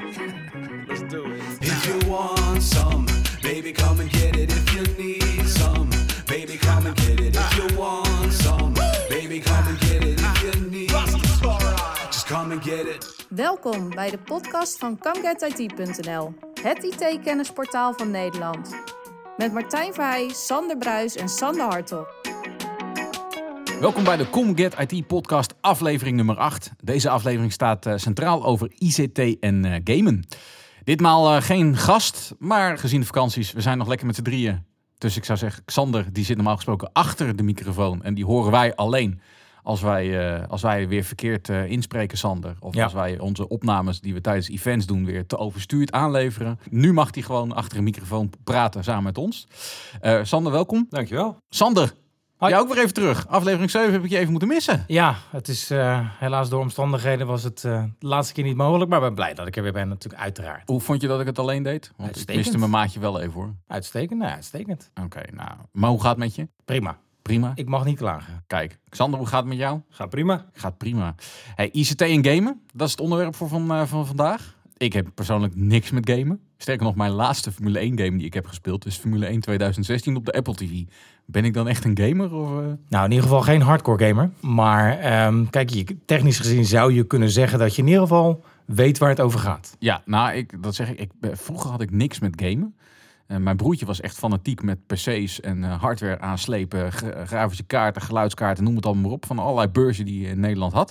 Let's do it. If you want some, baby, come and get it. If you need some, baby, come and get it. If you want some, baby, come and get it. If you need, just come and get it. Welkom bij de podcast van ComeGetIT.nl, het IT-kennisportaal van Nederland. Met Martijn Verheij, Sander Bruis en Sander Hartog. Welkom bij de ComeGetIT podcast aflevering nummer 8. Deze aflevering staat centraal over ICT en gamen. Ditmaal geen gast, maar gezien de vakanties, we zijn nog lekker met z'n drieën. Dus ik zou zeggen, Sander die zit normaal gesproken achter de microfoon en die horen wij alleen als wij weer verkeerd inspreken, Sander. Of als wij onze opnames die we tijdens events doen weer te overstuurd aanleveren. Nu mag hij gewoon achter een microfoon praten samen met ons. Sander, welkom. Dankjewel. Sander, Hoi. jij ook weer even terug. Aflevering 7 heb ik je even moeten missen. Ja, het is helaas door omstandigheden was het de laatste keer niet mogelijk. Maar ik ben blij dat ik er weer ben, natuurlijk uiteraard. Hoe vond je dat ik het alleen deed? Want Uitstekend. ik miste mijn maatje wel even hoor. Uitstekend, nou, uitstekend. Oké, nou. Maar hoe gaat het met je? Prima. Prima. Ik mag niet klagen. Kijk, Sander, hoe gaat het met jou? Gaat prima. Gaat prima. Hey, ICT en gamen, dat is het onderwerp voor van vandaag. Ik heb persoonlijk niks met gamen. Sterker nog, mijn laatste Formule 1 game die ik heb gespeeld is Formule 1 2016 op de Apple TV. Ben ik dan echt een gamer? Of, Nou, in ieder geval geen hardcore gamer. Maar kijk, technisch gezien zou je kunnen zeggen dat je in ieder geval weet waar het over gaat. Ja, nou, dat zeg ik. Vroeger had ik niks met gamen. Mijn broertje was echt fanatiek met PC's en hardware aanslepen, grafische kaarten, geluidskaarten, noem het allemaal maar op, van allerlei beurzen die je in Nederland had.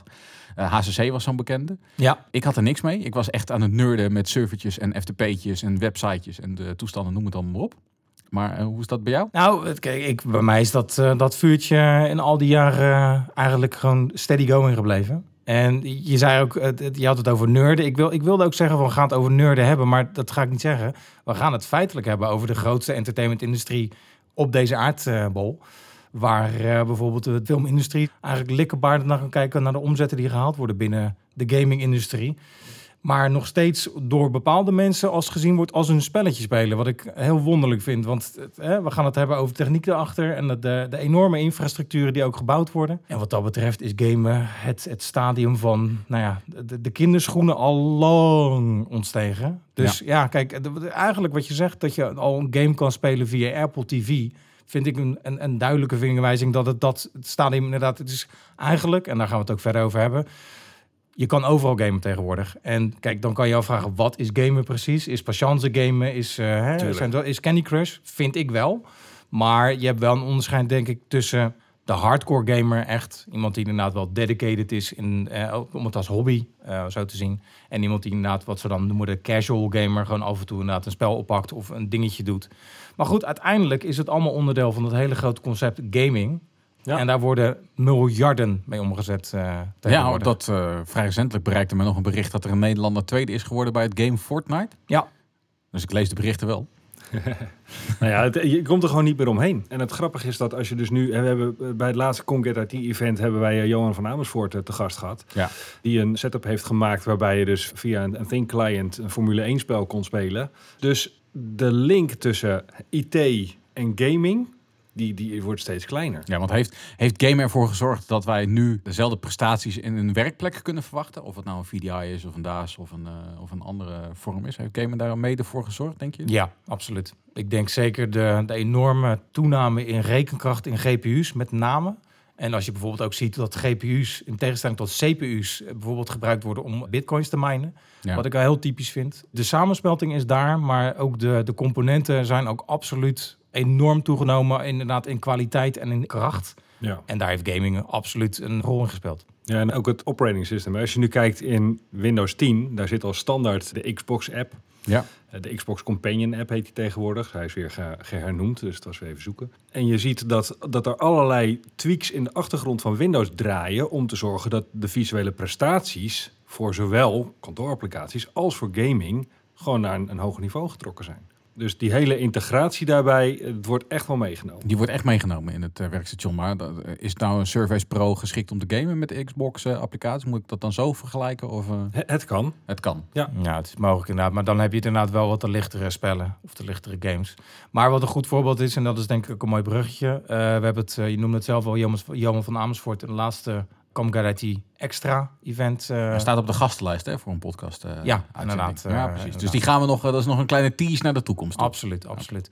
HCC was zo'n bekende. Ja. Ik had er niks mee. Ik was echt aan het nerden met servertjes en FTP'tjes en websitejes en de toestanden, noem het allemaal maar op. Maar hoe is dat bij jou? Nou, kijk, bij mij is dat vuurtje in al die jaren eigenlijk gewoon steady going gebleven. En je zei ook, je had het over nerden. Ik wilde ook zeggen, we gaan het over nerden hebben, maar dat ga ik niet zeggen. We gaan het feitelijk hebben over de grootste entertainmentindustrie op deze aardbol. Waar bijvoorbeeld de filmindustrie eigenlijk likkebaardig naar kan kijken naar de omzetten die gehaald worden binnen de gamingindustrie. Maar nog steeds door bepaalde mensen als gezien wordt als een spelletje spelen. Wat ik heel wonderlijk vind. Want we gaan het hebben over techniek erachter. En de enorme infrastructuren die ook gebouwd worden. En wat dat betreft is gamen het stadium van de kinderschoenen al lang ontstegen. Dus ja, kijk, eigenlijk wat je zegt dat je al een game kan spelen via Apple TV, vind ik een duidelijke vingerwijzing dat het stadium inderdaad, het is eigenlijk, en daar gaan we het ook verder over hebben, je kan overal gamen tegenwoordig. En kijk, dan kan je afvragen, wat is gamen precies? Is patience gamen? Is Candy Crush? Vind ik wel. Maar je hebt wel een onderscheid, denk ik, tussen de hardcore gamer, echt iemand die inderdaad wel dedicated is om het als hobby zo te zien. En iemand die inderdaad, wat ze dan noemen de casual gamer, gewoon af en toe inderdaad een spel oppakt of een dingetje doet. Maar goed, uiteindelijk is het allemaal onderdeel van het hele grote concept gaming. Ja. En daar worden miljarden mee omgezet tegenwoordig. Ja, vrij recentelijk bereikte me nog een bericht dat er een Nederlander tweede is geworden bij het game Fortnite. Ja. Dus ik lees de berichten wel. Nou ja, je komt er gewoon niet meer omheen. En het grappige is dat als je dus nu, we hebben bij het laatste ComeGetIT-event hebben wij Johan van Amersfoort te gast gehad. Ja. Die een setup heeft gemaakt waarbij je dus via een Think Client een Formule 1-spel kon spelen. Dus de link tussen IT en gaming, die wordt steeds kleiner. Ja, want heeft game ervoor gezorgd dat wij nu dezelfde prestaties in een werkplek kunnen verwachten? Of het nou een VDI is of een DAS of een andere vorm is. Heeft game daar mede voor gezorgd, denk je? Ja, absoluut. Ik denk zeker de enorme toename in rekenkracht in GPU's met name. En als je bijvoorbeeld ook ziet dat GPU's in tegenstelling tot CPU's bijvoorbeeld gebruikt worden om bitcoins te minen. Ja. Wat ik wel heel typisch vind. De samensmelting is daar, maar ook de componenten zijn ook absoluut enorm toegenomen, inderdaad in kwaliteit en in kracht. Ja. En daar heeft gaming absoluut een rol in gespeeld. Ja, en ook het operating system. Als je nu kijkt in Windows 10, daar zit als standaard de Xbox-app. Ja. De Xbox Companion-app heet die tegenwoordig. Hij is weer gehernoemd, dus het was weer even zoeken. En je ziet dat er allerlei tweaks in de achtergrond van Windows draaien om te zorgen dat de visuele prestaties voor zowel kantoorapplicaties als voor gaming gewoon naar een hoger niveau getrokken zijn. Dus die hele integratie daarbij, het wordt echt wel meegenomen. Die wordt echt meegenomen in het werkstation. Maar is het nou een Surface Pro geschikt om te gamen met de Xbox-applicaties? Moet ik dat dan zo vergelijken? Of, Het kan. Het kan. Ja, het is mogelijk inderdaad. Maar dan heb je het inderdaad wel wat de lichtere spellen of de lichtere games. Maar wat een goed voorbeeld is, en dat is denk ik ook een mooi bruggetje. We hebben het, je noemde het zelf al, Johan van Amersfoort in de laatste Comgat IT Extra event. Hij staat op de gastenlijst voor een podcast. Ja, inderdaad. Ja, precies. Inderdaad. Dus die gaan we nog, dat is nog een kleine tease naar de toekomst. Absoluut.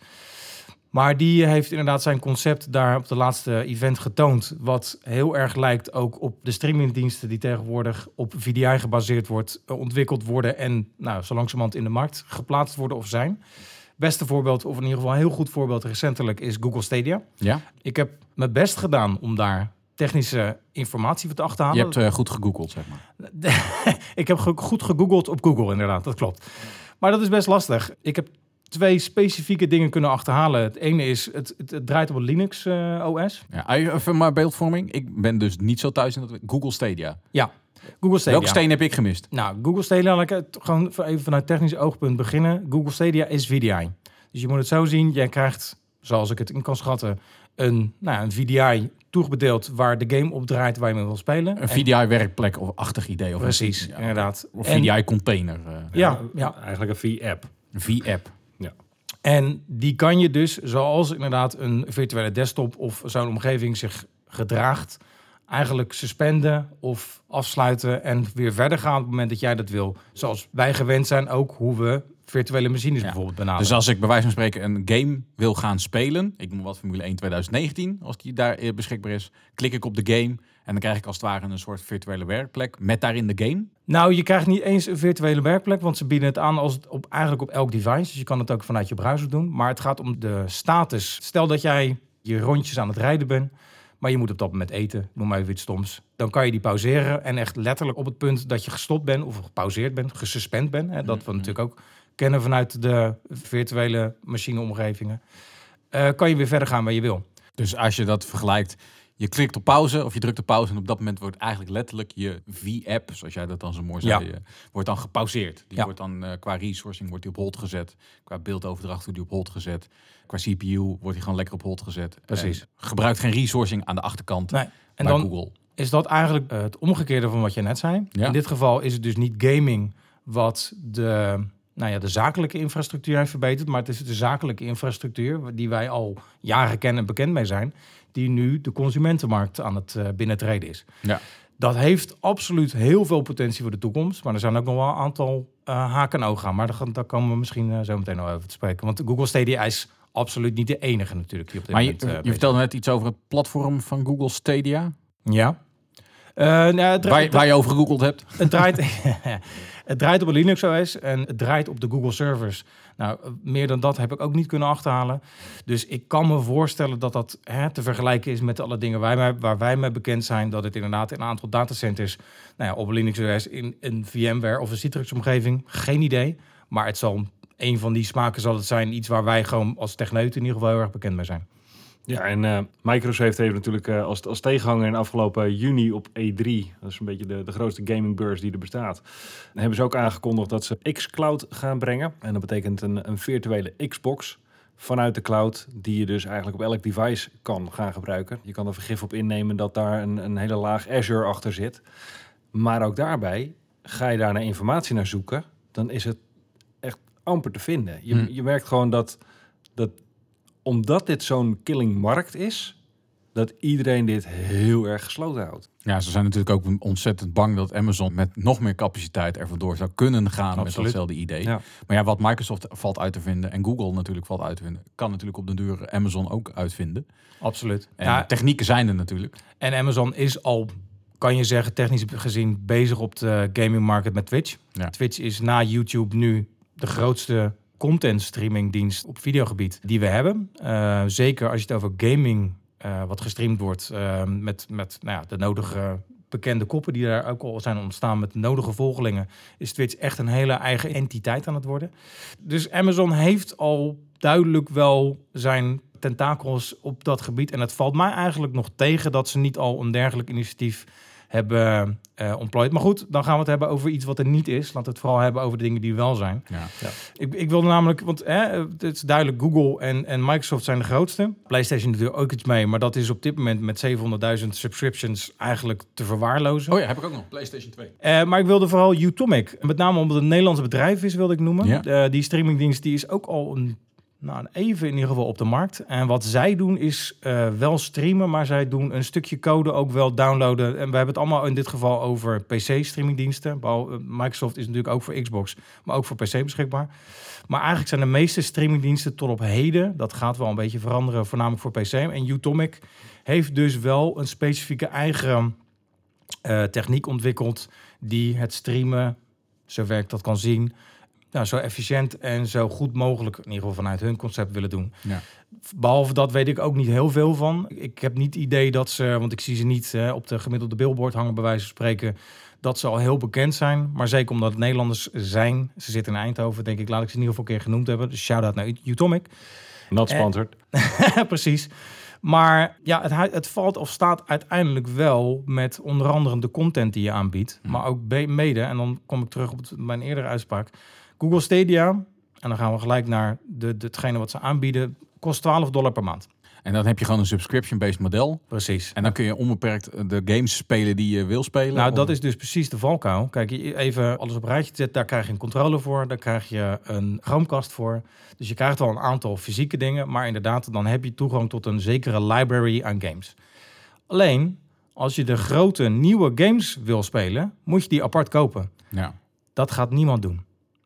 Maar die heeft inderdaad zijn concept daar op de laatste event getoond. Wat heel erg lijkt ook op de streamingdiensten die tegenwoordig op VDI gebaseerd ontwikkeld worden en zo langzamerhand in de markt geplaatst worden of zijn. Beste voorbeeld, of in ieder geval een heel goed voorbeeld recentelijk, is Google Stadia. Ja? Ik heb mijn best gedaan om daar technische informatie voor te achterhalen. Je hebt goed gegoogeld, zeg maar. Ik heb goed gegoogeld op Google, inderdaad, dat klopt. Maar dat is best lastig. Ik heb 2 specifieke dingen kunnen achterhalen. Het ene is, het draait op een Linux OS. Ja, even maar beeldvorming. Ik ben dus niet zo thuis in dat Google Stadia. Ja, Google Stadia. Welke steen heb ik gemist? Nou, Google Stadia, laat ik gewoon even vanuit technisch oogpunt beginnen. Google Stadia is VDI. Dus je moet het zo zien, jij krijgt, zoals ik het in kan schatten, een VDI toegebedeeld waar de game op draait waar je mee wil spelen. Een VDI-werkplek of achtig idee. Of precies, inderdaad. Of VDI-container. Ja. Eigenlijk een V-app. Een V-app. Ja. En die kan je dus, zoals inderdaad een virtuele desktop of zo'n omgeving zich gedraagt, eigenlijk suspenden of afsluiten en weer verder gaan op het moment dat jij dat wil. Zoals wij gewend zijn ook hoe we virtuele machines bijvoorbeeld benaderen. Dus als ik bij wijze van spreken een game wil gaan spelen, ik noem wat Formule 1 2019, als die daar beschikbaar is, klik ik op de game en dan krijg ik als het ware een soort virtuele werkplek met daarin de game. Nou, je krijgt niet eens een virtuele werkplek, want ze bieden het aan als het eigenlijk op elk device. Dus je kan het ook vanuit je browser doen. Maar het gaat om de status. Stel dat jij je rondjes aan het rijden bent, maar je moet op dat moment eten, noem maar even iets stoms. Dan kan je die pauzeren en echt letterlijk op het punt dat je gestopt bent of gepauzeerd bent, gesuspend bent. Hè, dat we natuurlijk ook kennen vanuit de virtuele machineomgevingen. Kan je weer verder gaan waar je wil. Dus als je dat vergelijkt, je klikt op pauze of je drukt op pauze en op dat moment wordt eigenlijk letterlijk je V-app, zoals jij dat dan zo mooi zei, wordt dan gepauzeerd. Die wordt dan qua resourcing wordt die op hold gezet, qua beeldoverdracht wordt die op hold gezet, qua CPU wordt die gewoon lekker op hold gezet. Precies. Gebruikt geen resourcing aan de achterkant En bij dan Google. Is dat eigenlijk het omgekeerde van wat je net zei. Ja. In dit geval is het dus niet gaming wat de zakelijke infrastructuur heeft verbeterd, maar het is de zakelijke infrastructuur die wij al jaren kennen en bekend mee zijn, die nu de consumentenmarkt aan het binnentreden is. Ja. Dat heeft absoluut heel veel potentie voor de toekomst, maar er zijn ook nog wel een aantal haken en ogen aan. Maar daar komen we misschien zo meteen nog over te spreken. Want Google Stadia is absoluut niet de enige natuurlijk. Die op dit moment, je vertelde net iets over het platform van Google Stadia. Ja. Waar je over gegoogeld hebt. Het draait op een Linux OS en het draait op de Google servers. Nou, meer dan dat heb ik ook niet kunnen achterhalen. Dus ik kan me voorstellen dat dat te vergelijken is met alle dingen waar wij mee bekend zijn. Dat het inderdaad een aantal datacenters op een Linux OS in een VMware of een Citrix-omgeving. Geen idee. Maar het zal een van die smaken zal het zijn. Iets waar wij gewoon als techneuten in ieder geval heel erg bekend mee zijn. Ja, en Microsoft heeft natuurlijk als tegenhanger in afgelopen juni op E3, dat is een beetje de grootste gamingbeurs die er bestaat, dan hebben ze ook aangekondigd dat ze xCloud gaan brengen. En dat betekent een virtuele Xbox vanuit de cloud, die je dus eigenlijk op elk device kan gaan gebruiken. Je kan er vergif op innemen dat daar een hele laag Azure achter zit. Maar ook daarbij, ga je daar naar informatie naar zoeken, dan is het echt amper te vinden. Je merkt gewoon dat omdat dit zo'n killing markt is, dat iedereen dit heel erg gesloten houdt. Ja, ze zijn natuurlijk ook ontzettend bang dat Amazon met nog meer capaciteit er vandoor zou kunnen gaan. Absoluut. Met datzelfde idee. Ja. Maar ja, wat Microsoft valt uit te vinden en Google natuurlijk valt uit te vinden, kan natuurlijk op den duur Amazon ook uitvinden. Absoluut. En technieken zijn er natuurlijk. En Amazon is al, kan je zeggen, technisch gezien bezig op de gaming market met Twitch. Ja. Twitch is na YouTube nu de grootste content streamingdienst op videogebied die we hebben. Zeker als je het over gaming wat gestreamd wordt met de nodige bekende koppen die daar ook al zijn ontstaan met nodige volgelingen, is Twitch echt een hele eigen entiteit aan het worden. Dus Amazon heeft al duidelijk wel zijn tentakels op dat gebied. En het valt mij eigenlijk nog tegen dat ze niet al een dergelijk initiatief hebben ontplooid. Maar goed, dan gaan we het hebben over iets wat er niet is. Laten we het vooral hebben over de dingen die wel zijn. Ja. Ik wilde namelijk, want het is duidelijk, Google en Microsoft zijn de grootste. PlayStation doet er ook iets mee, maar dat is op dit moment met 700.000 subscriptions eigenlijk te verwaarlozen. Oh ja, heb ik ook nog. PlayStation 2. Maar ik wilde vooral Utomic, met name omdat het een Nederlandse bedrijf is, wilde ik noemen. Ja. Die streamingdienst die is ook al even in ieder geval op de markt. En wat zij doen is wel streamen, maar zij doen een stukje code ook wel downloaden. En we hebben het allemaal in dit geval over PC-streamingdiensten. Microsoft is natuurlijk ook voor Xbox, maar ook voor PC beschikbaar. Maar eigenlijk zijn de meeste streamingdiensten tot op heden, dat gaat wel een beetje veranderen, voornamelijk voor PC. En Utomic heeft dus wel een specifieke eigen techniek ontwikkeld die het streamen, zover ik dat kan zien, zo efficiënt en zo goed mogelijk, in ieder geval vanuit hun concept, willen doen. Ja. Behalve dat weet ik ook niet heel veel van. Ik heb niet het idee dat ze, want ik zie ze niet op de gemiddelde billboard hangen, bij wijze van spreken, dat ze al heel bekend zijn. Maar zeker omdat het Nederlanders zijn, ze zitten in Eindhoven, denk ik, laat ik ze in ieder geval een keer genoemd hebben. Dus shout-out naar Utomic. Not sponsored. Precies. Maar ja, het valt of staat uiteindelijk wel met onder andere de content die je aanbiedt. Maar ook mede, en dan kom ik terug op mijn eerdere uitspraak, Google Stadia, en dan gaan we gelijk naar hetgene wat ze aanbieden, kost $12 per maand. En dan heb je gewoon een subscription-based model. Precies. En dan kun je onbeperkt de games spelen die je wil spelen. Nou, dat is dus precies de valkuil. Kijk, even alles op een rijtje zetten. Daar krijg je een controller voor. Daar krijg je een Chromecast voor. Dus je krijgt wel een aantal fysieke dingen. Maar inderdaad, dan heb je toegang tot een zekere library aan games. Alleen, als je de grote nieuwe games wil spelen, moet je die apart kopen. Ja. Dat gaat niemand doen.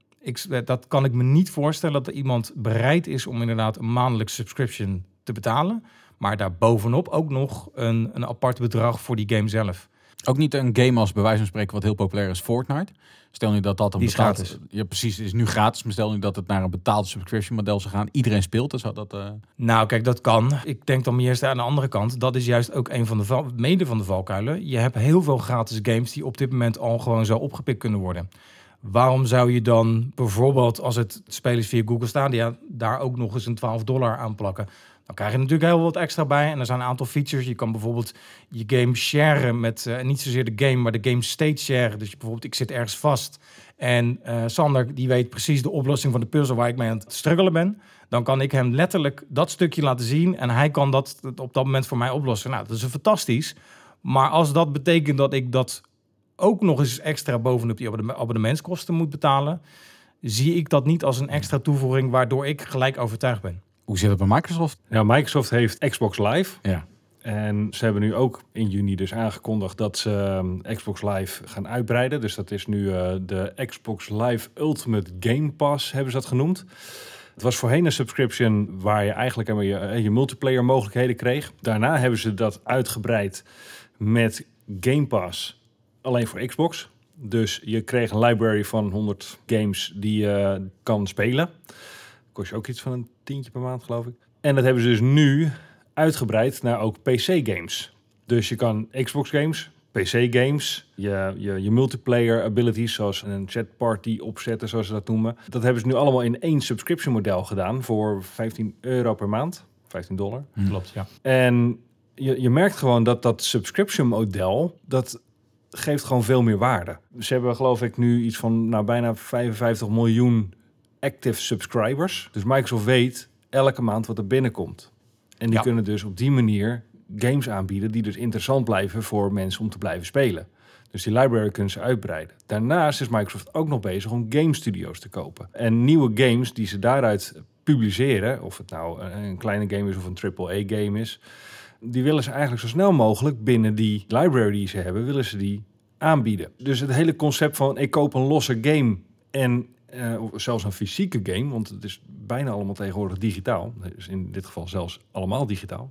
Dat kan ik me niet voorstellen dat iemand bereid is om inderdaad een maandelijks subscription te betalen, maar daar bovenop ook nog een apart bedrag voor die game zelf. Ook niet een game als bij wijze van spreken wat heel populair is, Fortnite. Stel nu dat een gratis. Ja, precies, het is nu gratis, maar stel nu dat het naar een betaald subscription model zou gaan. Iedereen speelt, dus dat. Nou, kijk, dat kan. Ik denk dan meer aan de andere kant. Dat is juist ook een van de valkuilen. Je hebt heel veel gratis games die op dit moment al gewoon zo opgepikt kunnen worden. Waarom zou je dan bijvoorbeeld, als het spelen is via Google Stadia, daar ook nog eens een $12 aan plakken? Dan krijg je natuurlijk heel wat extra bij. En er zijn een aantal features. Je kan bijvoorbeeld je game sharen met, niet zozeer de game, maar de game state sharen. Dus bijvoorbeeld, ik zit ergens vast en Sander, die weet precies de oplossing van de puzzel waar ik mee aan het struggelen ben. Dan kan ik hem letterlijk dat stukje laten zien en hij kan dat op dat moment voor mij oplossen. Nou, dat is fantastisch. Maar als dat betekent dat ik dat ook nog eens extra bovenop die abonnementskosten moet betalen, zie ik dat niet als een extra toevoeging waardoor ik gelijk overtuigd ben. Hoe zit het bij Microsoft? Ja, Microsoft heeft Xbox Live. Ja. En ze hebben nu ook in juni dus aangekondigd dat ze Xbox Live gaan uitbreiden. Dus dat is nu de Xbox Live Ultimate Game Pass, hebben ze dat genoemd. Het was voorheen een subscription waar je eigenlijk je multiplayer mogelijkheden kreeg. Daarna hebben ze dat uitgebreid met Game Pass alleen voor Xbox. Dus je kreeg een library van 100 games die je kan spelen. Kost je ook iets van een $10 per maand, geloof ik. En dat hebben ze dus nu uitgebreid naar ook PC-games. Dus je kan Xbox-games, PC-games, je multiplayer abilities, zoals een chat-party opzetten, zoals ze dat noemen. Dat hebben ze nu allemaal in één subscription-model gedaan voor €15 per maand. $15. Klopt, ja. En je merkt gewoon dat subscription-model, dat geeft gewoon veel meer waarde. Ze hebben, geloof ik, nu iets van bijna 55 miljoen active subscribers. Dus Microsoft weet elke maand wat er binnenkomt. En die kunnen dus op die manier games aanbieden die dus interessant blijven voor mensen om te blijven spelen. Dus die library kunnen ze uitbreiden. Daarnaast is Microsoft ook nog bezig om game studio's te kopen. En nieuwe games die ze daaruit publiceren, of het nou een kleine game is of een AAA-game is, die willen ze eigenlijk zo snel mogelijk binnen die library die ze hebben, willen ze die aanbieden. Dus het hele concept van ik koop een losse game en zelfs een fysieke game, want het is bijna allemaal tegenwoordig digitaal. Dus in dit geval zelfs allemaal digitaal.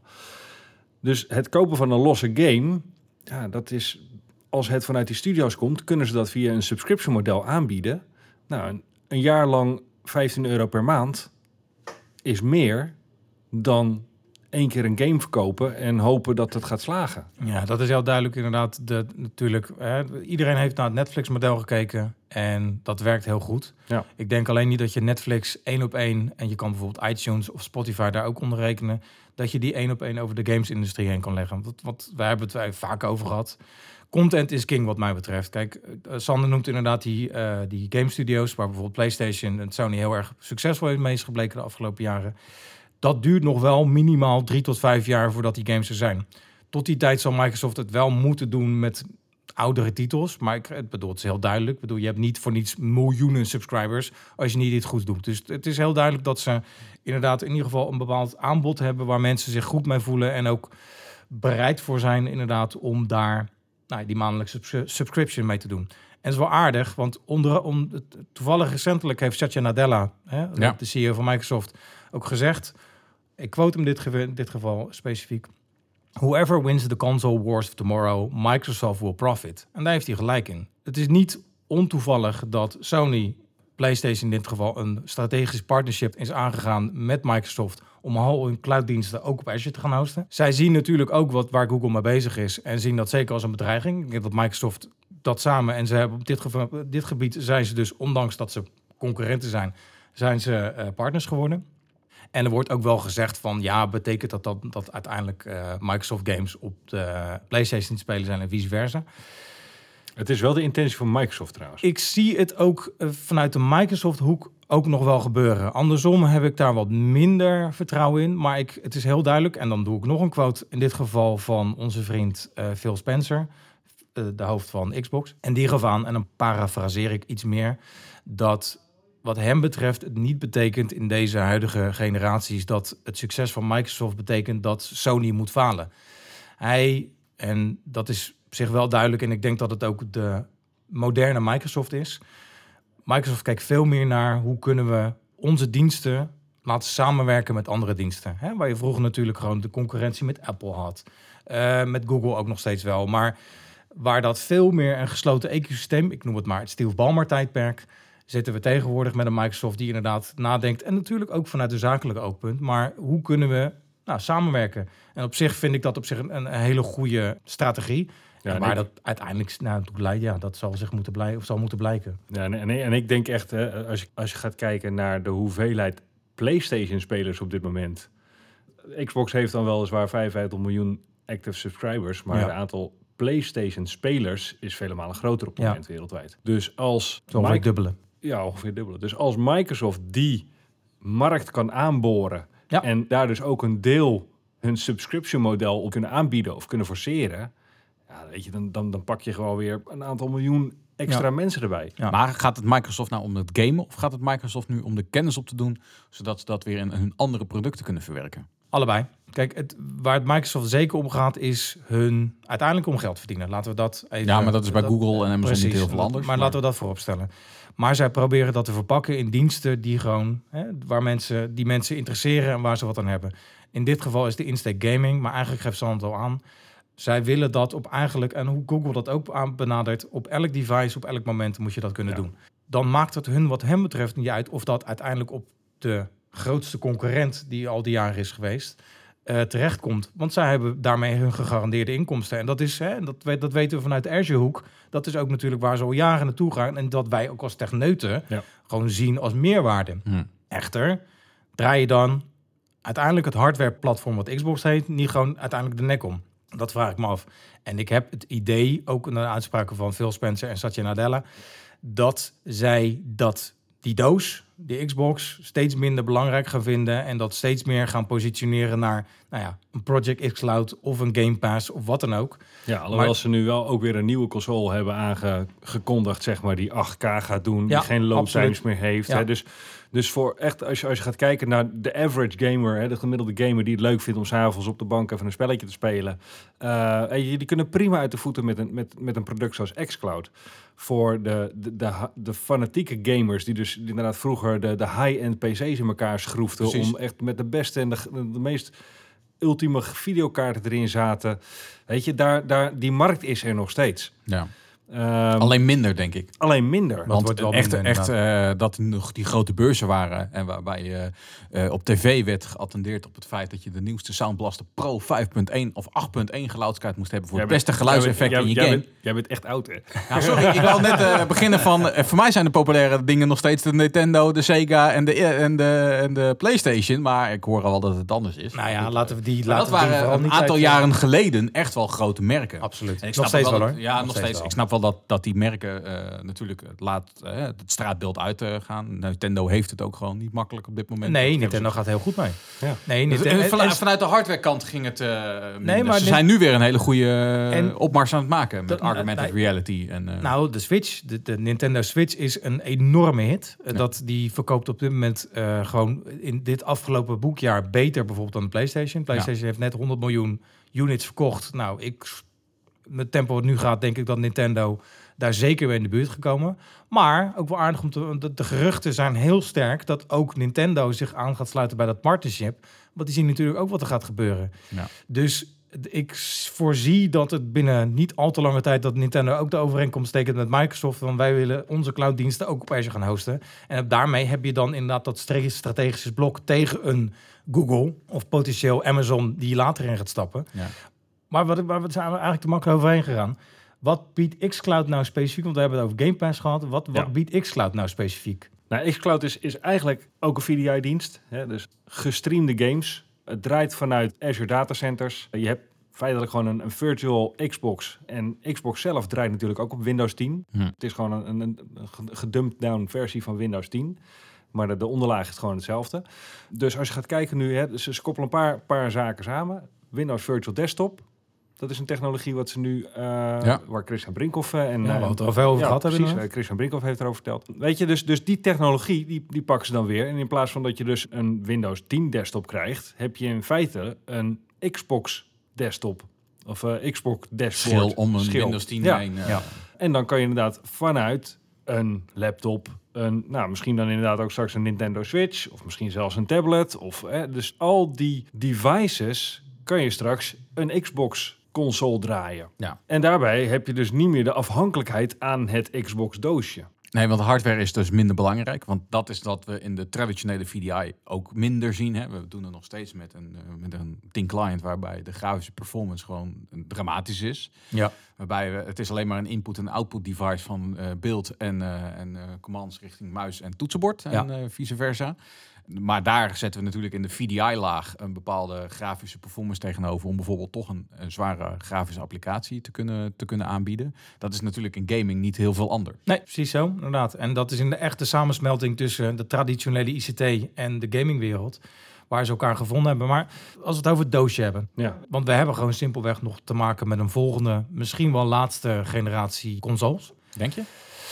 Dus het kopen van een losse game, ja, dat is, als het vanuit die studio's komt, kunnen ze dat via een subscription model aanbieden. Nou, een jaar lang €15 per maand is meer dan 1 keer een game verkopen en hopen dat het gaat slagen. Ja, dat is heel duidelijk inderdaad. Natuurlijk, iedereen heeft naar het Netflix-model gekeken en dat werkt heel goed. Ja. Ik denk alleen niet dat je Netflix 1 op 1, en je kan bijvoorbeeld iTunes of Spotify daar ook onder rekenen, dat je die 1 op 1 over de gamesindustrie heen kan leggen. Want wij hebben het vaak over gehad. Content is king wat mij betreft. Kijk, Sander noemt inderdaad die game studios, waar bijvoorbeeld PlayStation en Sony heel erg succesvol mee is gebleken de afgelopen jaren. Dat duurt nog wel minimaal 3 tot 5 jaar voordat die games er zijn. Tot die tijd zal Microsoft het wel moeten doen met oudere titels. Maar ik bedoel, het is heel duidelijk. Ik bedoel, je hebt niet voor niets miljoenen subscribers als je niet dit goed doet. Dus het is heel duidelijk dat ze inderdaad in ieder geval een bepaald aanbod hebben waar mensen zich goed mee voelen en ook bereid voor zijn inderdaad om daar die maandelijkse subscription mee te doen. En het is wel aardig, want toevallig recentelijk heeft Satya Nadella, de CEO van Microsoft, ook gezegd, ik quote hem in dit geval specifiek, whoever wins the console wars of tomorrow, Microsoft will profit. En daar heeft hij gelijk in. Het is niet ontoevallig dat Sony, PlayStation in dit geval, een strategisch partnership is aangegaan met Microsoft om al hun clouddiensten ook op Azure te gaan hosten. Zij zien natuurlijk ook waar Google mee bezig is en zien dat zeker als een bedreiging. Ik denk dat Microsoft dat samen, en ze hebben op dit gebied zijn ze dus, ondanks dat ze concurrenten zijn ze partners geworden. En er wordt ook wel gezegd van, betekent dat uiteindelijk Microsoft games op de PlayStation te spelen zijn en vice versa. Het is wel de intentie van Microsoft trouwens. Ik zie het ook vanuit de Microsoft-hoek ook nog wel gebeuren. Andersom heb ik daar wat minder vertrouwen in. Maar het is heel duidelijk, en dan doe ik nog een quote, in dit geval van onze vriend Phil Spencer, de hoofd van Xbox. En die gaf aan, en dan parafraseer ik iets meer, dat wat hem betreft het niet betekent in deze huidige generaties dat het succes van Microsoft betekent dat Sony moet falen. En dat is op zich wel duidelijk, en ik denk dat het ook de moderne Microsoft is. Microsoft kijkt veel meer naar hoe kunnen we onze diensten laten samenwerken met andere diensten. Hè? Waar je vroeger natuurlijk gewoon de concurrentie met Apple had. Met Google ook nog steeds wel. Maar waar dat veel meer een gesloten ecosysteem, ik noem het maar het Steve Ballmer tijdperk, zitten we tegenwoordig met een Microsoft die inderdaad nadenkt. En natuurlijk ook vanuit de zakelijke oogpunt. Maar hoe kunnen we samenwerken? En op zich vind ik dat een hele goede strategie. Ja, maar dat uiteindelijk dat zal moeten blijken. Ja, en ik denk echt, als je gaat kijken naar de hoeveelheid PlayStation-spelers op dit moment. Xbox heeft dan weliswaar 55 miljoen active subscribers, maar het aantal PlayStation-spelers is vele malen groter op dit moment wereldwijd. Dus als ongeveer dubbelen. Ja, ongeveer dubbelen. Dus als Microsoft die markt kan aanboren en daar dus ook een deel hun subscription model op kunnen aanbieden of kunnen forceren, weet je, dan pak je gewoon weer een aantal miljoen extra mensen erbij. Ja. Maar gaat het Microsoft nou om het gamen of gaat het Microsoft nu om de kennis op te doen, zodat ze dat weer in hun andere producten kunnen verwerken? Allebei. Kijk, waar het Microsoft zeker om gaat, is uiteindelijk om geld verdienen. Laten we dat even... Ja, maar dat is bij Google en Amazon niet heel veel anders. Maar laten we dat voorop stellen. Maar zij proberen dat te verpakken in diensten die gewoon, waar die mensen interesseren en waar ze wat aan hebben. In dit geval is de insteek gaming, maar eigenlijk geeft Sam het al aan. Zij willen dat op eigenlijk, en hoe Google dat ook benadert, op elk device, op elk moment moet je dat kunnen doen. Dan maakt het wat hem betreft niet uit of dat uiteindelijk op de grootste concurrent die al die jaren is geweest, terechtkomt. Want zij hebben daarmee hun gegarandeerde inkomsten. En dat is, dat weten we vanuit de Azure-hoek, dat is ook natuurlijk waar ze al jaren naartoe gaan en dat wij ook als techneuten gewoon zien als meerwaarde. Echter, draai je dan uiteindelijk het hardware-platform wat Xbox heet, niet gewoon uiteindelijk de nek om. Dat vraag ik me af. En ik heb het idee, ook in de uitspraken van Phil Spencer en Satya Nadella, dat zij die doos, de Xbox, steeds minder belangrijk gaan vinden en dat steeds meer gaan positioneren naar een Project X Cloud of een Game Pass of wat dan ook. Ja, alhoewel ze nu wel ook weer een nieuwe console hebben aangekondigd, zeg maar, die 8K gaat doen, die geen load times meer heeft. Ja. Hè? Dus voor echt, als je gaat kijken naar de average gamer, de gemiddelde gamer die het leuk vindt om 's avonds op de bank even een spelletje te spelen, die kunnen prima uit de voeten met een product zoals xCloud. Voor de fanatieke gamers die dus inderdaad vroeger de high-end PC's in elkaar schroefden. Precies. Om echt met de beste en de meest ultieme videokaarten erin zaten. Weet je, die markt is er nog steeds. Ja. Alleen minder, denk ik. Alleen minder. Want wordt wel dat nog die grote beurzen waren en waarbij op tv werd geattendeerd op het feit dat je de nieuwste Sound Blaster Pro 5.1 of 8.1 geluidskaart moest hebben voor het beste geluidseffect in je game. Jij bent echt oud, hè? Ja, sorry, ik wil net beginnen van... voor mij zijn de populaire dingen nog steeds de Nintendo, de Sega en de PlayStation, maar ik hoor al wel dat het anders is. Nou ja, laten we die... Dat waren een aantal jaren geleden echt wel grote merken. Absoluut. En ik snap nog steeds wel, hoor. Ja, nog steeds. Ik snap wel wel dat die merken natuurlijk het straatbeeld uitgaan. Nintendo heeft het ook gewoon niet makkelijk op dit moment. Nee, Nintendo gaat heel goed mee. Ja. Nee, vanuit de hardwarekant ging het nee, maar ze zijn nu weer een hele goede opmars aan het maken met augmented reality. Nou, de Switch, de Nintendo Switch is een enorme hit. Die verkoopt op dit moment gewoon in dit afgelopen boekjaar beter bijvoorbeeld dan de PlayStation. PlayStation heeft net 100 miljoen units verkocht. Nou, met het tempo wat nu gaat, denk ik dat Nintendo daar zeker weer in de buurt gekomen. Maar ook wel aardig de geruchten zijn heel sterk dat ook Nintendo zich aan gaat sluiten bij dat partnership. Want die zien natuurlijk ook wat er gaat gebeuren. Ja. Dus ik voorzie dat het binnen niet al te lange tijd dat Nintendo ook de overeenkomst tekent met Microsoft, van wij willen onze clouddiensten ook op Azure gaan hosten. En daarmee heb je dan inderdaad dat strategische blok tegen een Google of potentieel Amazon die later in gaat stappen. Ja. Maar waar we zijn eigenlijk te makkelijk overheen gegaan. Wat biedt xCloud nou specifiek? Want we hebben het over Game Pass gehad. Wat biedt xCloud nou specifiek? Nou, xCloud is eigenlijk ook een VDI-dienst. Dus gestreamde games. Het draait vanuit Azure datacenters. Je hebt feitelijk gewoon een virtual Xbox. En Xbox zelf draait natuurlijk ook op Windows 10. Het is gewoon een gedumped down versie van Windows 10. Maar de onderlaag is gewoon hetzelfde. Dus als je gaat kijken nu, ze koppelen een paar zaken samen. Windows Virtual Desktop. Dat is een technologie wat ze nu, waar Christian Brinkhoff we het er al veel over gehad hebben. Precies, Christian Brinkhoff heeft erover verteld. Weet je, dus die technologie, die pakken ze dan weer. En in plaats van dat je dus een Windows 10 desktop krijgt, heb je in feite een Xbox desktop. Of Xbox dashboard. Schil om een Windows 10 heen. Ja. En dan kan je inderdaad vanuit een laptop, misschien dan inderdaad ook straks een Nintendo Switch, of misschien zelfs een tablet. Dus al die devices kan je straks een Xbox console draaien. Ja. En daarbij heb je dus niet meer de afhankelijkheid aan het Xbox doosje. Nee, want hardware is dus minder belangrijk. Want dat is wat we in de traditionele VDI ook minder zien. Hè. We doen het nog steeds met een 10 client waarbij de grafische performance gewoon dramatisch is. Ja. Waarbij het is alleen maar een input- en output device van beeld en commands richting muis en toetsenbord en vice versa. Maar daar zetten we natuurlijk in de VDI-laag een bepaalde grafische performance tegenover om bijvoorbeeld toch een zware grafische applicatie te kunnen aanbieden. Dat is natuurlijk in gaming niet heel veel anders. Nee, precies zo, inderdaad. En dat is in de echte samensmelting tussen de traditionele ICT en de gamingwereld, waar ze elkaar gevonden hebben. Maar als we het over het doosje hebben. Ja. Want we hebben gewoon simpelweg nog te maken met een volgende, misschien wel laatste generatie consoles. Denk je?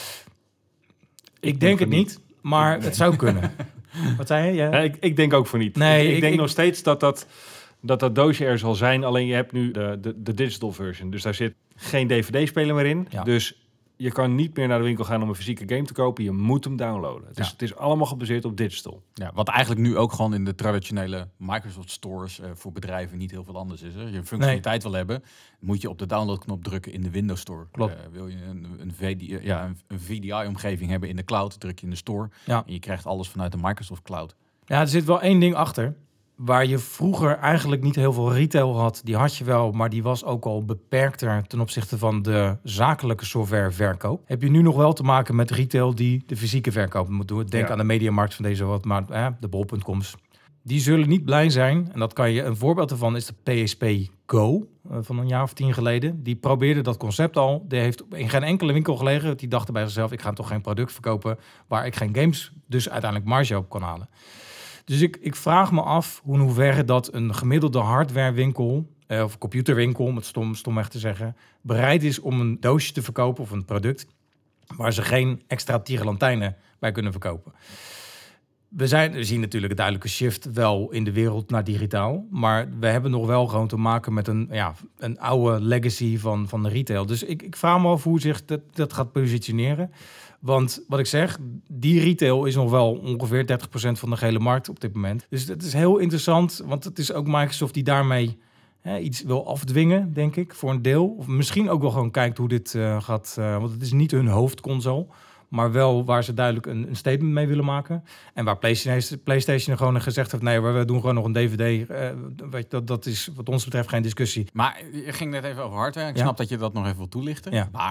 Ik denk het niet, maar het zou kunnen. Wat zei je? Ja. Nee, ik denk ook voor niet. Nee, ik denk nog steeds dat doosje er zal zijn. Alleen je hebt nu de digital version. Dus daar zit geen DVD-speler meer in. Ja. Dus je kan niet meer naar de winkel gaan om een fysieke game te kopen. Je moet hem downloaden. Dus het is allemaal gebaseerd op digital. Ja, wat eigenlijk nu ook gewoon in de traditionele Microsoft stores voor bedrijven niet heel veel anders is. Hè? Als je een functionaliteit wil hebben, moet je op de downloadknop drukken in de Windows Store. Klopt. Wil je een VDI-omgeving hebben in de cloud, druk je in de store. Ja. En je krijgt alles vanuit de Microsoft Cloud. Ja, er zit wel één ding achter. Waar je vroeger eigenlijk niet heel veel retail had, die had je wel, maar die was ook al beperkter ten opzichte van de zakelijke software verkoop. Heb je nu nog wel te maken met retail die de fysieke verkoop moet doen. Denk aan de Mediamarkt van deze wat, maar de bol.coms. Die zullen niet blij zijn. En dat kan je, een voorbeeld ervan is de PSP Go van een jaar of 10 geleden. Die probeerde dat concept al. Die heeft in geen enkele winkel gelegen. Die dachten bij zichzelf, ik ga toch geen product verkopen waar ik geen games, dus uiteindelijk marge op kan halen. Dus ik vraag me af in hoeverre dat een gemiddelde hardwarewinkel of computerwinkel, om het stomweg te zeggen, bereid is om een doosje te verkopen of een product waar ze geen extra tirelantijnen bij kunnen verkopen. We zien natuurlijk een duidelijke shift wel in de wereld naar digitaal, maar we hebben nog wel gewoon te maken met een oude legacy van de retail. Dus ik vraag me af hoe zich dat gaat positioneren. Want wat ik zeg, die retail is nog wel ongeveer 30% van de gehele markt op dit moment. Dus het is heel interessant, want het is ook Microsoft die daarmee iets wil afdwingen, denk ik, voor een deel. Of misschien ook wel gewoon kijkt hoe dit gaat, want het is niet hun hoofdconsole, maar wel waar ze duidelijk een statement mee willen maken. En waar PlayStation gewoon gezegd heeft, nee, we doen gewoon nog een DVD. Dat is wat ons betreft geen discussie. Maar je ging net even over hardware. Ik snap dat je dat nog even wil toelichten. Ja. Maar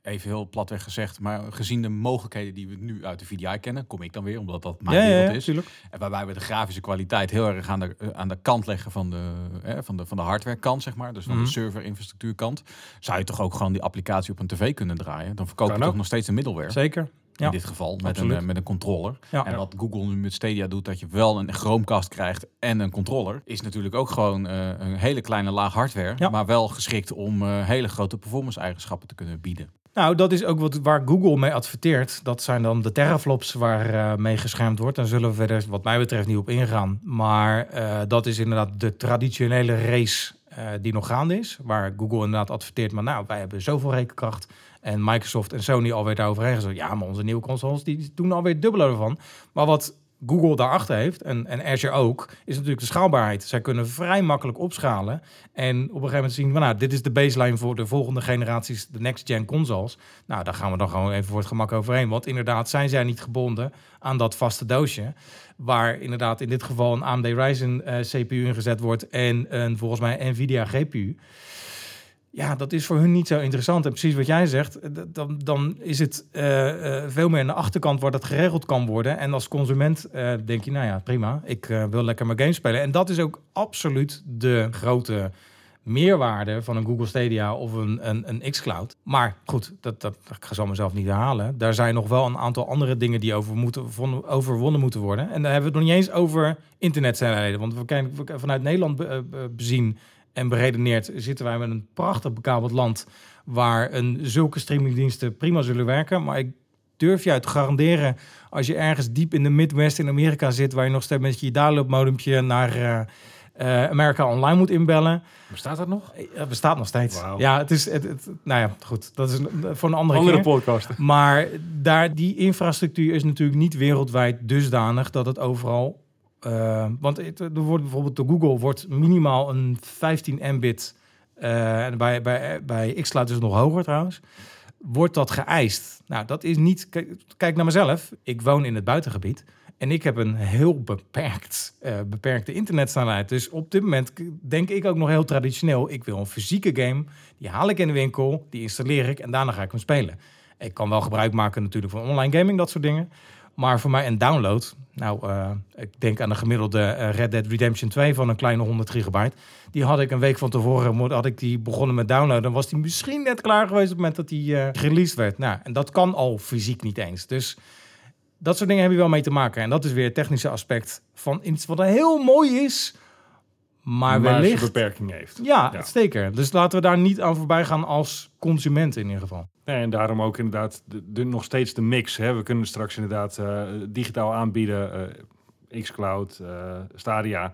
even heel platweg gezegd, maar gezien de mogelijkheden die we nu uit de VDI kennen, kom ik dan weer, omdat dat mijn wereld is. Tuurlijk. En waarbij we de grafische kwaliteit heel erg aan de kant leggen van de hardwarekant, zeg maar. Dus van de serverinfrastructuurkant. Zou je toch ook gewoon die applicatie op een tv kunnen draaien? Dan verkoop je toch nog steeds een middleware. Zeker. Ja. In dit geval, met een controller. Ja. En wat Google nu met Stadia doet, dat je wel een Chromecast krijgt en een controller, is natuurlijk ook gewoon een hele kleine laag hardware, maar wel geschikt om hele grote performance-eigenschappen te kunnen bieden. Nou, dat is ook waar Google mee adverteert. Dat zijn dan de teraflops waar mee geschermd wordt. Daar zullen we verder, wat mij betreft, niet op ingaan. Maar dat is inderdaad de traditionele race die nog gaande is. Waar Google inderdaad adverteert, maar nou, wij hebben zoveel rekenkracht. En Microsoft en Sony alweer daaroverheen gezegd. Ja, maar onze nieuwe consoles die doen alweer het dubbele ervan. Maar wat Google daarachter heeft, en Azure ook, is natuurlijk de schaalbaarheid. Zij kunnen vrij makkelijk opschalen. En op een gegeven moment zien we, nou, dit is de baseline voor de volgende generaties, de next-gen consoles. Nou, daar gaan we dan gewoon even voor het gemak overheen. Want inderdaad zijn zij niet gebonden aan dat vaste doosje. Waar inderdaad in dit geval een AMD Ryzen CPU ingezet wordt en een volgens mij Nvidia GPU. Ja, dat is voor hun niet zo interessant. En precies wat jij zegt, dan is het veel meer aan de achterkant waar dat geregeld kan worden. En als consument denk je, nou ja, prima, ik wil lekker mijn game spelen. En dat is ook absoluut de grote meerwaarde van een Google Stadia of een xCloud. Maar goed, ik zal mezelf niet herhalen. Daar zijn nog wel een aantal andere dingen die overwonnen moeten worden. En daar hebben we het nog niet eens over internetsnelheden. Want we kijken vanuit Nederland bezien en beredeneerd zitten wij met een prachtig bekabeld land waar zulke streamingdiensten prima zullen werken. Maar ik durf je te garanderen, als je ergens diep in de Midwest in Amerika zit, waar je nog steeds met je downloadmodempje naar America Online moet inbellen. Bestaat dat nog? Het bestaat nog steeds. Wow. Ja, het is nou ja, goed. Dat is voor een andere keer. podcast. Maar die infrastructuur is natuurlijk niet wereldwijd dusdanig dat het overal. Want er wordt bijvoorbeeld door Google wordt minimaal een 15 Mbit. En bij xCloud is het nog hoger trouwens. Wordt dat geëist? Nou, dat is niet. Kijk naar mezelf. Ik woon in het buitengebied. En ik heb een heel beperkte internetsnelheid. Dus op dit moment denk ik ook nog heel traditioneel. Ik wil een fysieke game. Die haal ik in de winkel. Die installeer ik. En daarna ga ik hem spelen. Ik kan wel gebruik maken natuurlijk van online gaming. Dat soort dingen. Maar voor mij een download. Nou, ik denk aan de gemiddelde Red Dead Redemption 2 van een kleine 100 gigabyte. Die had ik een week van tevoren had ik die begonnen met downloaden. Dan was die misschien net klaar geweest op het moment dat die released werd. Nou, en dat kan al fysiek niet eens. Dus dat soort dingen heb je wel mee te maken. En dat is weer het technische aspect van iets wat heel mooi is, maar wellicht een beperking heeft. Ja, zeker. Dus laten we daar niet aan voorbij gaan als consument in ieder geval. Nee, en daarom ook inderdaad nog steeds de mix. Hè. We kunnen straks inderdaad digitaal aanbieden, xCloud, Stadia,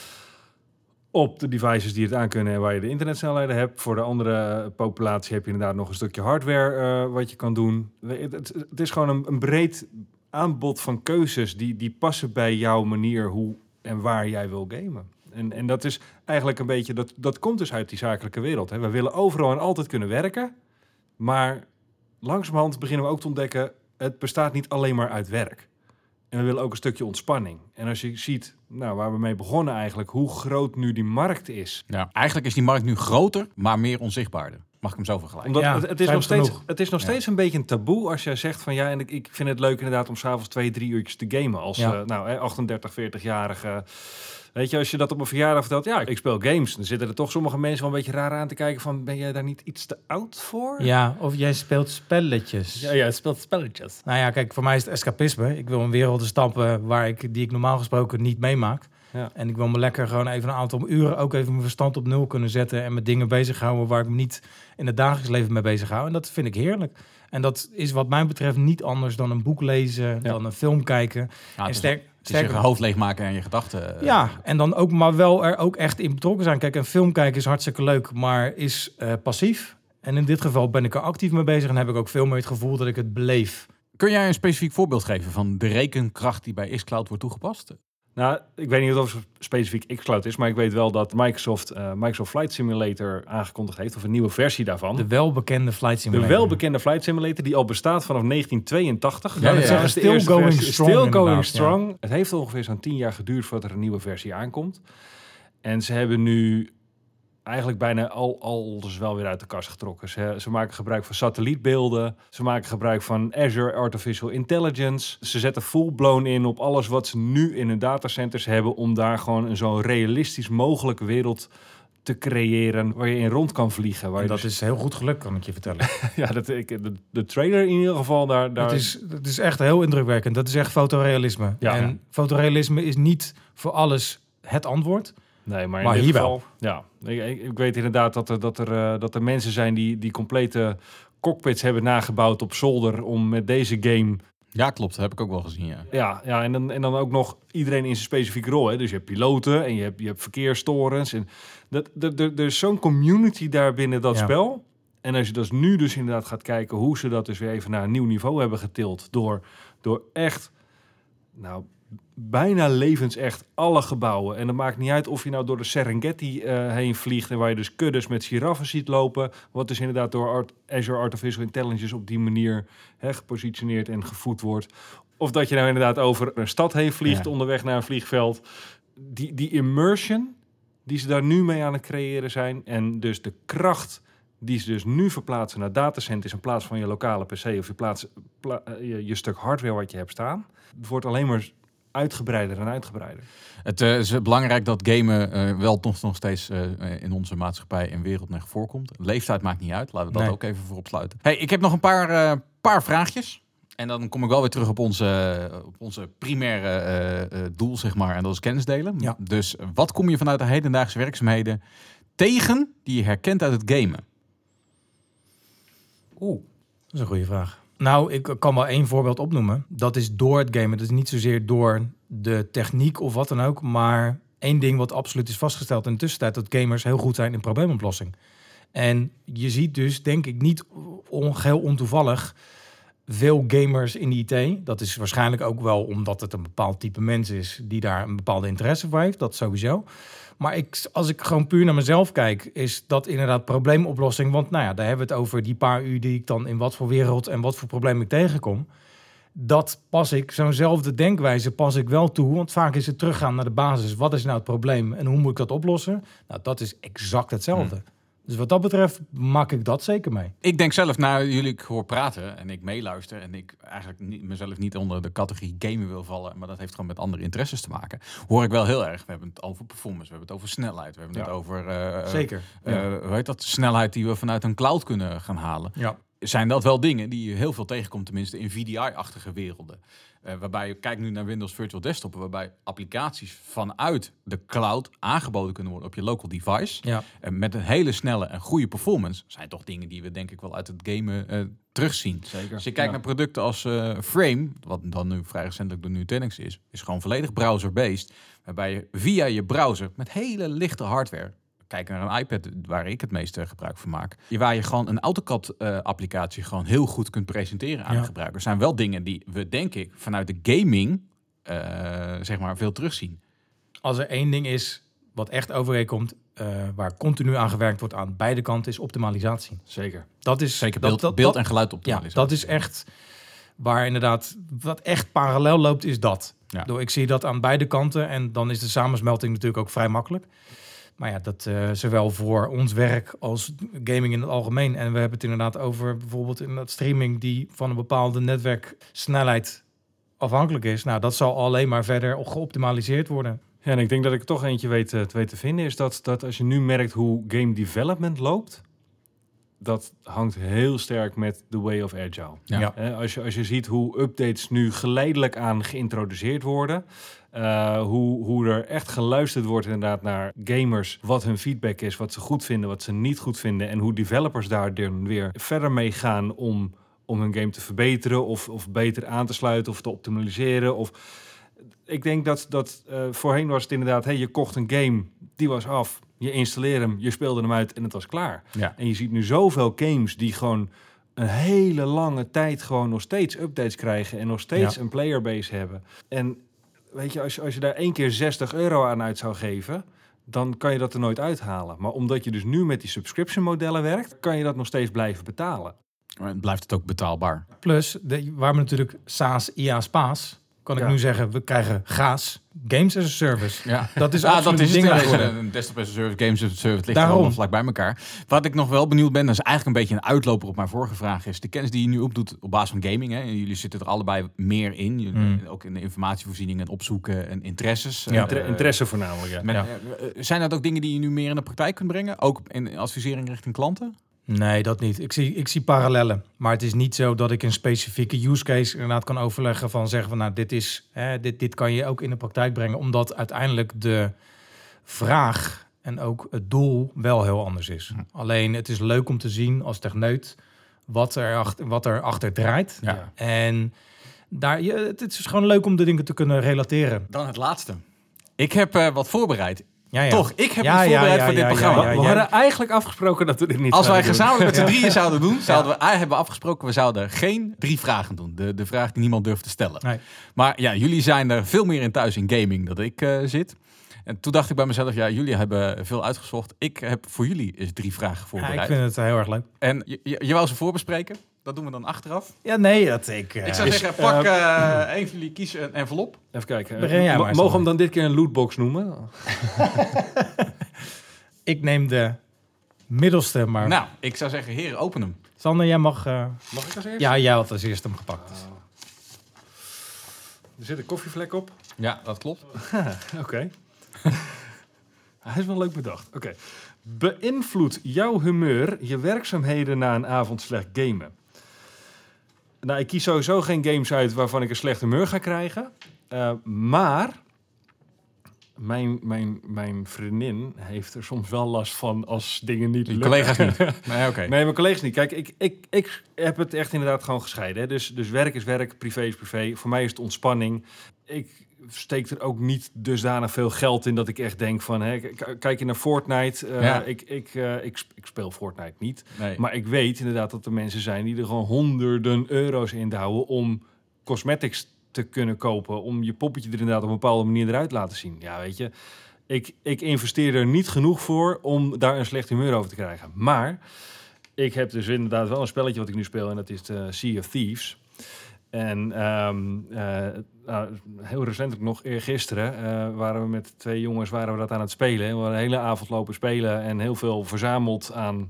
op de devices die het aankunnen en waar je de internetsnelheden hebt. Voor de andere populatie heb je inderdaad nog een stukje hardware wat je kan doen. Het is gewoon een breed aanbod van keuzes die passen bij jouw manier hoe en waar jij wil gamen. En dat is eigenlijk een beetje, dat komt dus uit die zakelijke wereld. Hè. We willen overal en altijd kunnen werken, maar langzamerhand beginnen we ook te ontdekken, het bestaat niet alleen maar uit werk. En we willen ook een stukje ontspanning. En als je ziet, nou, waar we mee begonnen eigenlijk, hoe groot nu die markt is. Ja, eigenlijk is die markt nu groter, maar meer onzichtbaarder. Mag ik hem zo vergelijken? Omdat het is nog Ja. steeds een beetje een taboe als jij zegt van ja, en ik vind het leuk inderdaad om 's avonds 2-3 uurtjes te gamen als 38, 40-jarige. Weet je, als je dat op een verjaardag vertelt, ja, ik speel games, dan zitten er toch sommige mensen wel een beetje raar aan te kijken van, ben jij daar niet iets te oud voor? Ja, of jij speelt spelletjes. Ja, het speelt spelletjes. Nou ja, kijk, voor mij is het escapisme. Ik wil een wereld stappen die ik normaal gesproken niet meemaak. Ja. En ik wil me lekker gewoon even een aantal uren ook even mijn verstand op nul kunnen zetten en met dingen bezighouden waar ik me niet in het dagelijks leven mee bezig hou. En dat vind ik heerlijk. En dat is wat mij betreft niet anders dan een boek lezen, dan een film kijken. Ja, en het is je hoofd leegmaken en je gedachten. Ja, en dan ook maar wel er ook echt in betrokken zijn. Kijk, een film kijken is hartstikke leuk, maar is passief. En in dit geval ben ik er actief mee bezig en heb ik ook veel meer het gevoel dat ik het beleef. Kun jij een specifiek voorbeeld geven van de rekenkracht die bij xCloud wordt toegepast? Nou, ik weet niet of het specifiek xCloud is, maar ik weet wel dat Microsoft Flight Simulator aangekondigd heeft, of een nieuwe versie daarvan. De welbekende Flight Simulator. De welbekende Flight Simulator, die al bestaat vanaf 1982. Ja, dat is still going strong. Still going inderdaad, strong. ja. Het heeft ongeveer zo'n 10 jaar geduurd voordat er een nieuwe versie aankomt. En ze hebben nu eigenlijk bijna alles wel weer uit de kast getrokken. Ze maken gebruik van satellietbeelden. Ze maken gebruik van Azure Artificial Intelligence. Ze zetten full-blown in op alles wat ze nu in hun datacenters hebben... om daar gewoon een zo realistisch mogelijke wereld te creëren waar je in rond kan vliegen. Waar En dat is heel goed gelukt, kan ik je vertellen. Ja, de trailer in ieder geval daar... Het is echt heel indrukwekkend. Dat is echt fotorealisme. Ja. En fotorealisme is niet voor alles het antwoord. Nee, maar Maar in dit hier geval, ja, ik weet inderdaad dat er mensen zijn die complete cockpits hebben nagebouwd op zolder om met deze game... Ja, klopt. Dat heb ik ook wel gezien, ja. Ja, en dan ook nog iedereen in zijn specifieke rol. Hè? Dus je hebt piloten en je hebt verkeerstorens. En er is zo'n community daar binnen dat spel. En als je dus nu dus inderdaad gaat kijken hoe ze dat dus weer even naar een nieuw niveau hebben getild. Door echt, nou, bijna levensecht alle gebouwen. En dat maakt niet uit of je nou door de Serengeti heen vliegt en waar je dus kuddes met giraffen ziet lopen. Wat dus inderdaad door Azure Artificial Intelligence op die manier gepositioneerd en gevoed wordt. Of dat je nou inderdaad over een stad heen vliegt onderweg naar een vliegveld. Die immersion die ze daar nu mee aan het creëren zijn. En dus de kracht die ze dus nu verplaatsen naar datacenters in plaats van je lokale PC of je stuk hardware wat je hebt staan. Het wordt alleen maar uitgebreider en uitgebreider. Het is belangrijk dat gamen wel nog steeds in onze maatschappij en wereld nog voorkomt. Leeftijd maakt niet uit. Laten we dat ook even voorop sluiten. Hey, ik heb nog een paar vraagjes. En dan kom ik wel weer terug op onze primaire doel, zeg maar. En dat is kennis delen. Ja. Dus wat kom je vanuit de hedendaagse werkzaamheden tegen die je herkent uit het gamen? Dat is een goede vraag. Nou, ik kan wel 1 voorbeeld opnoemen. Dat is door het gamen. Dat is niet zozeer door de techniek of wat dan ook. Maar 1 ding wat absoluut is vastgesteld in de tussentijd... dat gamers heel goed zijn in probleemoplossing. En je ziet dus, denk ik, niet heel ontoevallig... veel gamers in de IT. Dat is waarschijnlijk ook wel omdat het een bepaald type mens is... die daar een bepaalde interesse voor heeft. Dat sowieso. Maar als ik gewoon puur naar mezelf kijk... is dat inderdaad probleemoplossing. Want nou ja, daar hebben we het over die paar uur... die ik dan in wat voor wereld en wat voor probleem ik tegenkom. Dat pas ik, zo'nzelfde denkwijze pas ik wel toe. Want vaak is het teruggaan naar de basis. Wat is nou het probleem en hoe moet ik dat oplossen? Nou, dat is exact hetzelfde. Dus wat dat betreft maak ik dat zeker mee. Ik denk zelf, nou, jullie hoor praten en ik meeluister... en ik eigenlijk mezelf niet onder de categorie gamen wil vallen... maar dat heeft gewoon met andere interesses te maken. Hoor ik wel heel erg. We hebben het over performance, we hebben het over snelheid... we hebben het over zeker. Hoe heet dat? Snelheid die we vanuit een cloud kunnen gaan halen. Ja. Zijn dat wel dingen die je heel veel tegenkomt... tenminste in VDI-achtige werelden. Waarbij je kijkt nu naar Windows Virtual Desktop... waarbij applicaties vanuit de cloud aangeboden kunnen worden op je local device. Ja. Met een hele snelle en goede performance... zijn toch dingen die we denk ik wel uit het gamen terugzien. Zeker. Als je kijkt naar producten als Frame... wat dan nu vrij recentelijk door Nutanix is gewoon volledig browser-based. Waarbij je via je browser met hele lichte hardware... Kijk naar een iPad, waar ik het meeste gebruik van maak. Waar je gewoon een AutoCAD-applicatie gewoon heel goed kunt presenteren aan de gebruiker. Zijn wel dingen die we, denk ik, vanuit de gaming zeg maar veel terugzien. Als er 1 ding is wat echt overeenkomt, waar continu aan gewerkt wordt aan beide kanten, is optimalisatie. Zeker. Dat is zeker beeld en geluid optimalisatie. Ja, dat is echt waar inderdaad wat echt parallel loopt, is dat. Ja. Ik zie dat aan beide kanten en dan is de samensmelting natuurlijk ook vrij makkelijk. Maar ja, dat zowel voor ons werk als gaming in het algemeen. En we hebben het inderdaad over bijvoorbeeld in dat streaming die van een bepaalde netwerksnelheid afhankelijk is. Nou, dat zal alleen maar verder geoptimaliseerd worden. Ja, en ik denk dat ik er toch eentje weet te vinden. Is dat als je nu merkt hoe game development loopt... dat hangt heel sterk met the way of agile. Ja. Als je ziet hoe updates nu geleidelijk aan geïntroduceerd worden... hoe er echt geluisterd wordt inderdaad naar gamers... wat hun feedback is, wat ze goed vinden, wat ze niet goed vinden... en hoe developers daar dan weer verder mee gaan om hun game te verbeteren... of beter aan te sluiten of te optimaliseren. Ik denk dat voorheen was het inderdaad... je kocht een game, die was af... Je installeerde hem, je speelde hem uit en het was klaar. Ja. En je ziet nu zoveel games die gewoon een hele lange tijd gewoon nog steeds updates krijgen en nog steeds een playerbase hebben. En weet je, als je daar 1 keer €60 aan uit zou geven, dan kan je dat er nooit uithalen. Maar omdat je dus nu met die subscription modellen werkt, kan je dat nog steeds blijven betalen. Maar blijft het ook betaalbaar? Plus, waar we natuurlijk SaaS, IaaS, PaaS, kan ik nu zeggen, we krijgen GaaS, games as a service. Ja. Dat is dat absoluut is een ding het. geworden. Een desktop as a service, games as a service ligt Daarom. allemaal vlak bij elkaar. Wat ik nog wel benieuwd ben, dat is eigenlijk een beetje een uitloper op mijn vorige vraag, is de kennis die je nu opdoet op basis van gaming. Hè? En jullie zitten er allebei meer in. Ook in de informatievoorziening en opzoeken en interesses. Ja. Interesse voornamelijk, ja. Zijn dat ook dingen die je nu meer in de praktijk kunt brengen? Ook in advisering richting klanten? Nee, dat niet. Ik zie parallellen. Maar het is niet zo dat ik een specifieke use case inderdaad kan overleggen van zeggen van nou, dit kan je ook in de praktijk brengen. Omdat uiteindelijk de vraag en ook het doel wel heel anders is. Alleen het is leuk om te zien als techneut wat er achter draait. Ja. En het is gewoon leuk om de dingen te kunnen relateren. Dan het laatste. Ik heb wat voorbereid. Ja. Toch, ik heb iets voorbereid voor dit programma. We hadden eigenlijk afgesproken dat we dit niet Als wij zouden doen. gezamenlijk met z'n drieën zouden doen, hebben afgesproken, we zouden geen 3 vragen doen. De vraag die niemand durft te stellen. Nee. Maar ja, jullie zijn er veel meer in thuis in gaming dan ik zit. En toen dacht ik bij mezelf, ja, jullie hebben veel uitgezocht. Ik heb voor jullie eens 3 vragen voorbereid. Ik vind het heel erg leuk. En je wou ze voorbespreken? Dat doen we dan achteraf. Ja, nee, Ik zou zeggen, pak een van jullie, kies een envelop. Even kijken. Begin jij maar, Mogen we hem dan dit keer een lootbox noemen? Ik neem de middelste, maar... Nou, ik zou zeggen, heren, open hem. Sander, jij mag... Mag ik als eerst? Ja, jij had als eerste hem gepakt. Er zit een koffievlek op. Ja, dat klopt. Oké. Hij is wel leuk bedacht. Oké. Beïnvloedt jouw humeur je werkzaamheden na een avond slecht gamen? Nou, ik kies sowieso geen games uit waarvan ik een slecht humeur ga krijgen. Maar mijn vriendin heeft er soms wel last van als dingen niet lukken. Collega's niet. Nee, oké. Nee, mijn collega's niet. Kijk, ik heb het echt inderdaad gewoon gescheiden. Hè. Dus werk is werk, privé is privé. Voor mij is het ontspanning. Ik steek er ook niet dusdanig veel geld in dat ik echt denk van... Hè, kijk je naar Fortnite. Ik speel Fortnite niet. Nee. Maar ik weet inderdaad dat er mensen zijn die er gewoon honderden euro's in douwen om cosmetics te kunnen kopen. Om je poppetje er inderdaad op een bepaalde manier eruit te laten zien. Ja, weet je. Ik investeer er niet genoeg voor om daar een slecht humeur over te krijgen. Maar ik heb dus inderdaad wel een spelletje wat ik nu speel en dat is Sea of Thieves. En heel recentelijk nog, eergisteren, waren we met 2 jongens dat aan het spelen. We hadden de hele avond lopen spelen en heel veel verzameld aan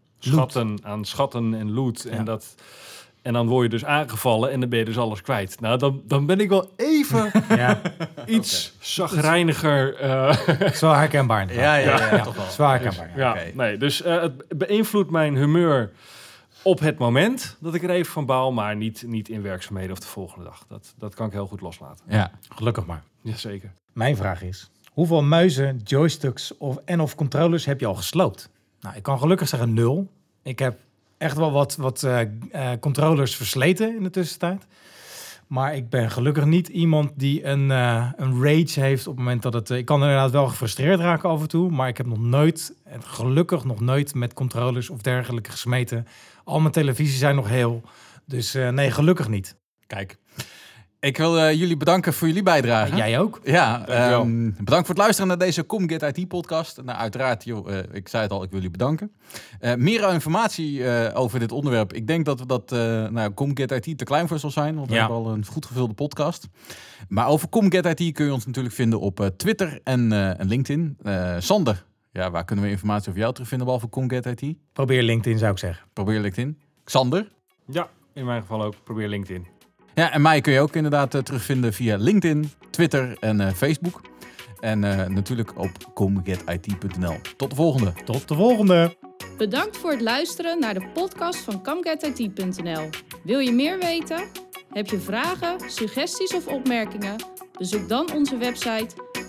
schatten en loot. Ja. En dan word je dus aangevallen en dan ben je dus alles kwijt. Nou, dan ben ik wel even iets chagrijniger. Zwaar herkenbaar. Ja, toch wel. Zwaar herkenbaar. Ja, Oké. nee, dus het beïnvloedt mijn humeur op het moment dat ik er even van baal, maar niet in werkzaamheden of de volgende dag. Dat kan ik heel goed loslaten. Ja. Gelukkig maar. Jazeker. Mijn vraag is, hoeveel muizen, joysticks of controllers heb je al gesloopt? Nou, ik kan gelukkig zeggen 0. Ik heb echt wel wat controllers versleten in de tussentijd. Maar ik ben gelukkig niet iemand die een rage heeft op het moment dat het... ik kan inderdaad wel gefrustreerd raken af en toe, maar ik heb gelukkig nog nooit met controllers of dergelijke gesmeten. Al mijn televisies zijn nog heel. Dus nee, gelukkig niet. Kijk. Ik wil jullie bedanken voor jullie bijdrage. Jij ook? Ja, bedankt voor het luisteren naar deze Comget IT podcast. Nou, uiteraard, ik zei het al, ik wil jullie bedanken. Meer informatie over dit onderwerp. Ik denk dat Comget IT te klein voor zal zijn, want we hebben al een goed gevulde podcast. Maar over Comget IT kun je ons natuurlijk vinden op Twitter en LinkedIn. Sander, ja, waar kunnen we informatie over jou terugvinden behalve Comget IT? Probeer LinkedIn, zou ik zeggen. Probeer LinkedIn. Xander? Ja, in mijn geval ook. Probeer LinkedIn. Ja, en mij kun je ook inderdaad terugvinden via LinkedIn, Twitter en Facebook. En natuurlijk op comgetit.nl. Tot de volgende. Tot de volgende. Bedankt voor het luisteren naar de podcast van ComeGetIT.nl. Wil je meer weten? Heb je vragen, suggesties of opmerkingen? Bezoek dan onze website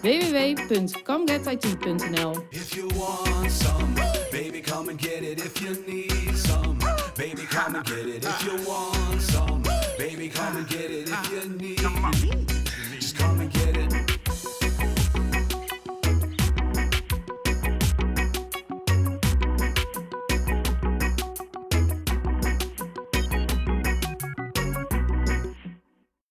www.comegetit.nl. If you want some, baby, come and get it. If you need some, baby, come and get it. If you want some, baby, come and get it. If you need, just come and get it.